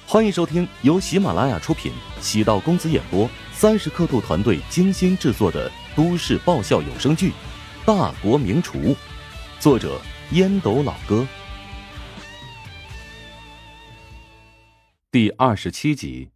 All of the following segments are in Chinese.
欢迎收听由喜马拉雅出品，喜道公子演播，30刻度团队精心制作的都市爆笑有声剧《大国名厨》，作者烟斗老哥。第27集。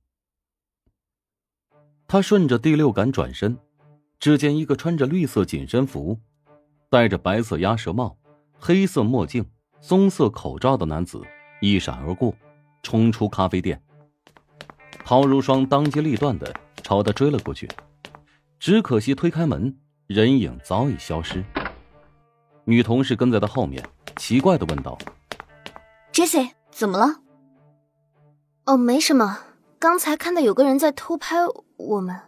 他顺着第六感转身，只见一个穿着绿色紧身服、戴着白色鸭舌帽、黑色墨镜、棕色口罩的男子一闪而过，冲出咖啡店。陶如霜当机立断地朝他追了过去，只可惜推开门，人影早已消失。女同事跟在他后面，奇怪地问道： Jessie 怎么了？ 哦，没什么，刚才看到有个人在偷拍我们。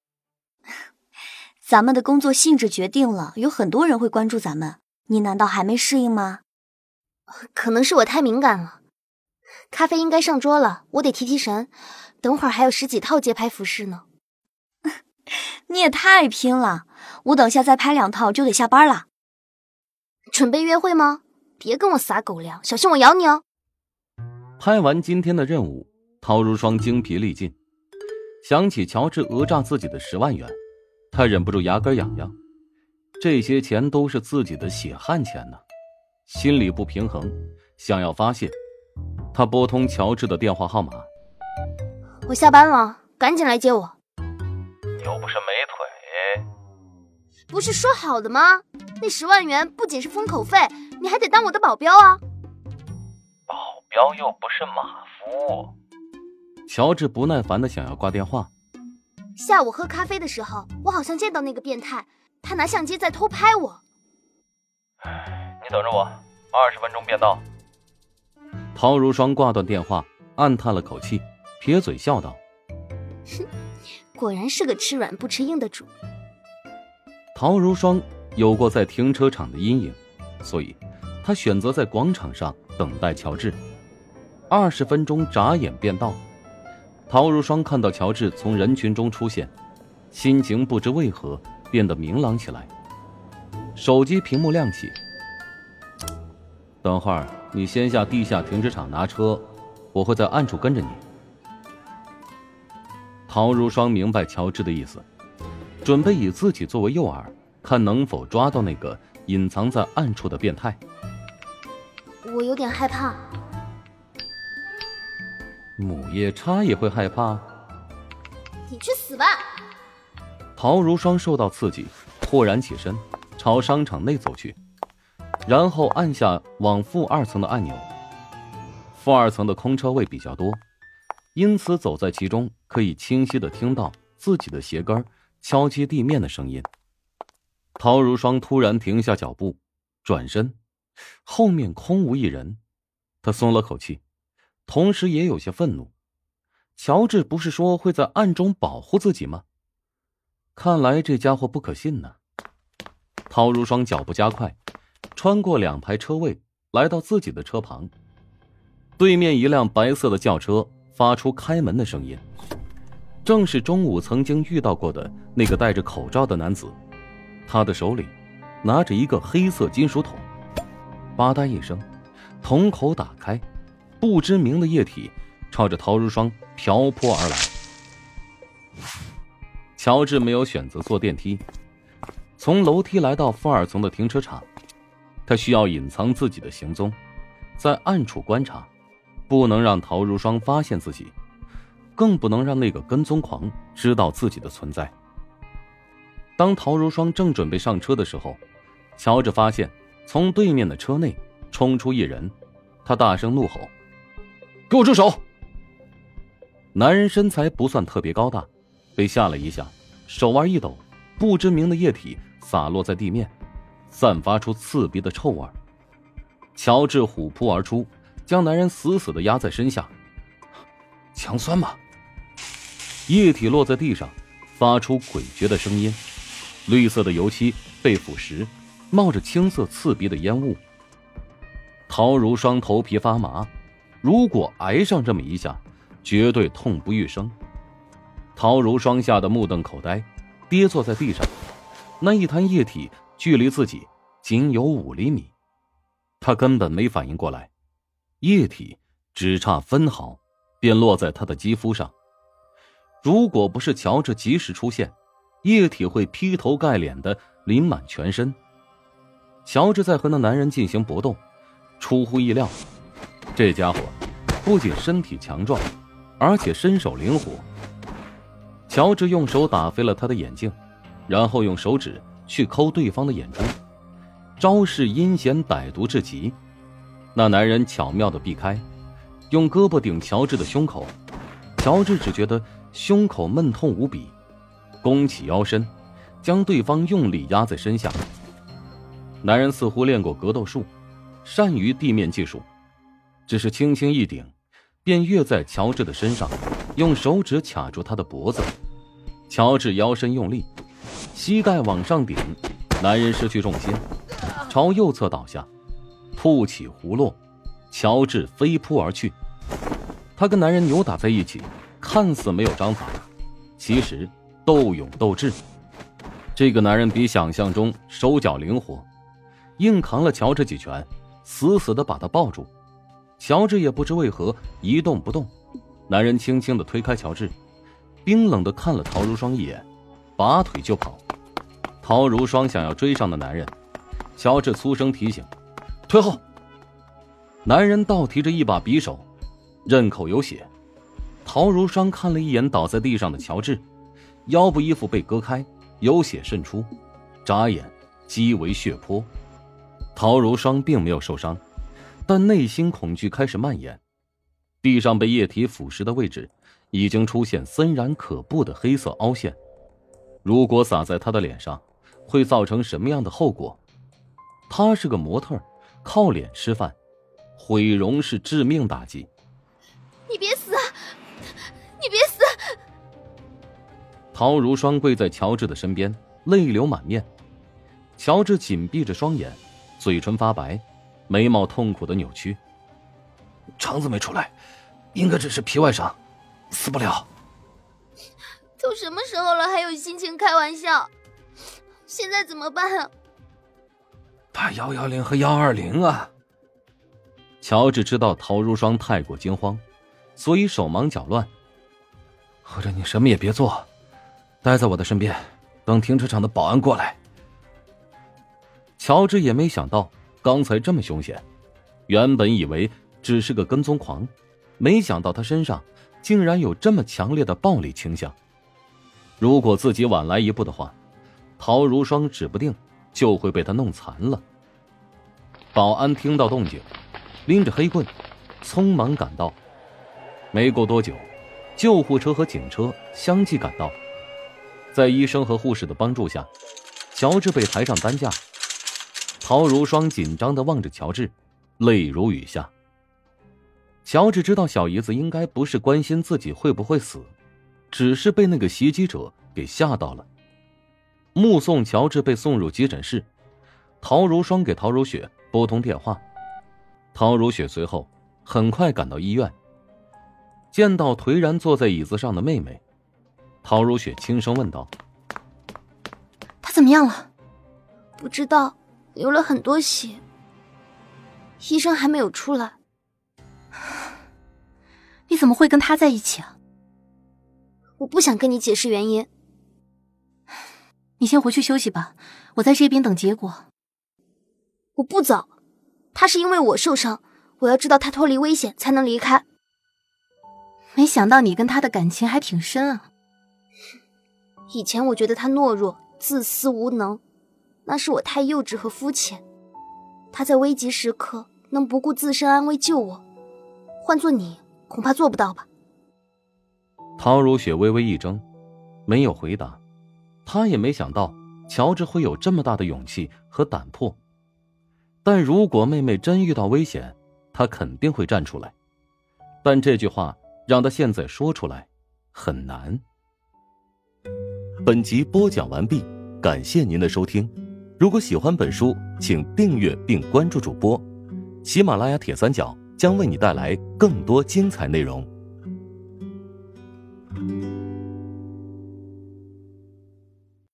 咱们的工作性质决定了有很多人会关注咱们，你难道还没适应吗？ 可能是我太敏感了。咖啡应该上桌了，我得提提神，等会儿还有10几套街拍服饰呢。 你也太拼了，我等下再拍2套就得下班了。 准备约会吗？别跟我撒狗粮，小心我咬你哦。 拍完今天的任务，陶如霜精疲力尽，想起乔治讹诈自己的10万元，他忍不住牙根痒痒。这些钱都是自己的血汗钱呢，心里不平衡，想要发泄。他拨通乔治的电话号码： 我下班了，赶紧来接我。 又不是没腿。 不是说好的吗？那10万元不仅是封口费，你还得当我的保镖啊。 保镖又不是马夫。 乔治不耐烦地想要挂电话。 下午喝咖啡的时候，我好像见到那个变态，他拿相机在偷拍我。 你等着我，20分钟便到。 陶如霜挂断电话，暗叹了口气，撇嘴笑道： 哼，果然是个吃软不吃硬的主。 陶如霜有过在停车场的阴影，所以她选择在广场上等待乔治。20分钟眨眼便到。陶如霜看到乔治从人群中出现，心情不知为何变得明朗起来。手机屏幕亮起：等会儿你先下地下停车场拿车，我会在暗处跟着你。陶如霜明白乔治的意思，准备以自己作为诱饵，看能否抓到那个隐藏在暗处的变态。 我有点害怕。 母夜叉也会害怕？ 你去死吧！ 陶如霜受到刺激，豁然起身，朝商场内走去，然后按下往负2层的按钮。负2层的空车位比较多，因此走在其中可以清晰地听到自己的鞋跟敲击地面的声音。陶如霜突然停下脚步，转身，后面空无一人，他松了口气，同时也有些愤怒。乔治不是说会在暗中保护自己吗？看来这家伙不可信呢。陶如霜脚步加快，穿过2排车位，来到自己的车旁。对面一辆白色的轿车发出开门的声音，正是中午曾经遇到过的那个戴着口罩的男子。他的手里拿着一个黑色金属桶，吧嗒一声，桶口打开，不知名的液体朝着陶如霜瓢泼而来。乔治没有选择坐电梯，从楼梯来到负2层的停车场。他需要隐藏自己的行踪，在暗处观察，不能让陶如霜发现自己，更不能让那个跟踪狂知道自己的存在。当陶如霜正准备上车的时候，乔治发现从对面的车内冲出一人，他大声怒吼：给我住手！男人身材不算特别高大，被吓了一下，手腕一抖，不知名的液体洒落在地面，散发出刺鼻的臭味。乔治虎扑而出，将男人死死地压在身下。强酸吗？液体落在地上，发出诡谲的声音，绿色的油漆被腐蚀，冒着青色刺鼻的烟雾。陶如霜头皮发麻，如果挨上这么一下，绝对痛不欲生。陶如霜吓得目瞪口呆，跌坐在地上。那一滩液体距离自己仅有5厘米，他根本没反应过来，液体只差分毫便落在他的肌肤上。如果不是乔治及时出现，液体会劈头盖脸的淋满全身。乔治在和那男人进行搏斗，出乎意料，这家伙不仅身体强壮，而且身手灵活。乔治用手打飞了他的眼镜，然后用手指去抠对方的眼珠，招式阴险歹毒至极。那男人巧妙地避开，用胳膊顶乔治的胸口，乔治只觉得胸口闷痛无比，弓起腰身，将对方用力压在身下。男人似乎练过格斗术，善于地面技术，只是轻轻一顶，便跃在乔治的身上，用手指卡住他的脖子。乔治腰身用力，膝盖往上顶，男人失去重心，朝右侧倒下，吐起胡落，乔治飞扑而去。他跟男人扭打在一起，看似没有章法，其实斗勇斗智。这个男人比想象中手脚灵活，硬扛了乔治几拳，死死地把他抱住。乔治也不知为何一动不动，男人轻轻地推开乔治，冰冷地看了陶如霜一眼，拔腿就跑。陶如霜想要追上的男人，乔治粗声提醒：退后。男人倒提着一把匕首，刃口有血。陶如霜看了一眼倒在地上的乔治，腰部衣服被割开，有血渗出，眨眼即为血泊。陶如霜并没有受伤，但内心恐惧开始蔓延。地上被液体腐蚀的位置已经出现森然可怖的黑色凹陷，如果洒在他的脸上，会造成什么样的后果？他是个模特，靠脸吃饭，毁容是致命打击。 你别死啊！你别死！ 陶如霜跪在乔治的身边，泪流满面。乔治紧闭着双眼，嘴唇发白，眉毛痛苦的扭曲。肠子没出来，应该只是皮外伤，死不了。 都什么时候了，还有心情开玩笑？现在怎么办啊？ 打110和120啊！乔治知道陶如霜太过惊慌，所以手忙脚乱。或者你什么也别做，待在我的身边，等停车场的保安过来。乔治也没想到刚才这么凶险，原本以为只是个跟踪狂，没想到他身上竟然有这么强烈的暴力倾向。如果自己晚来一步的话，陶如霜指不定就会被他弄残了。保安听到动静，拎着黑棍匆忙赶到。没过多久，救护车和警车相继赶到。在医生和护士的帮助下，乔治被抬上担架。陶如霜紧张地望着乔治，泪如雨下。乔治知道小姨子应该不是关心自己会不会死，只是被那个袭击者给吓到了。目送乔治被送入急诊室，陶如霜给陶如雪拨通电话。陶如雪随后很快赶到医院，见到颓然坐在椅子上的妹妹，陶如雪轻声问道： 他怎么样了？不知道，流了很多血，医生还没有出来。 你怎么会跟他在一起啊？ 我不想跟你解释原因。 你先回去休息吧，我在这边等结果。 我不走，他是因为我受伤，我要知道他脱离危险才能离开。 没想到你跟他的感情还挺深啊。 以前我觉得他懦弱、自私、无能，那是我太幼稚和肤浅。他在危急时刻能不顾自身安危救我，换做你恐怕做不到吧。 陶如雪微微一怔，没有回答。她也没想到乔治会有这么大的勇气和胆魄，但如果妹妹真遇到危险，她肯定会站出来。但这句话让她现在说出来很难。 本集播讲完毕，感谢您的收听。如果喜欢本书，请订阅并关注主播。喜马拉雅铁三角将为你带来更多精彩内容。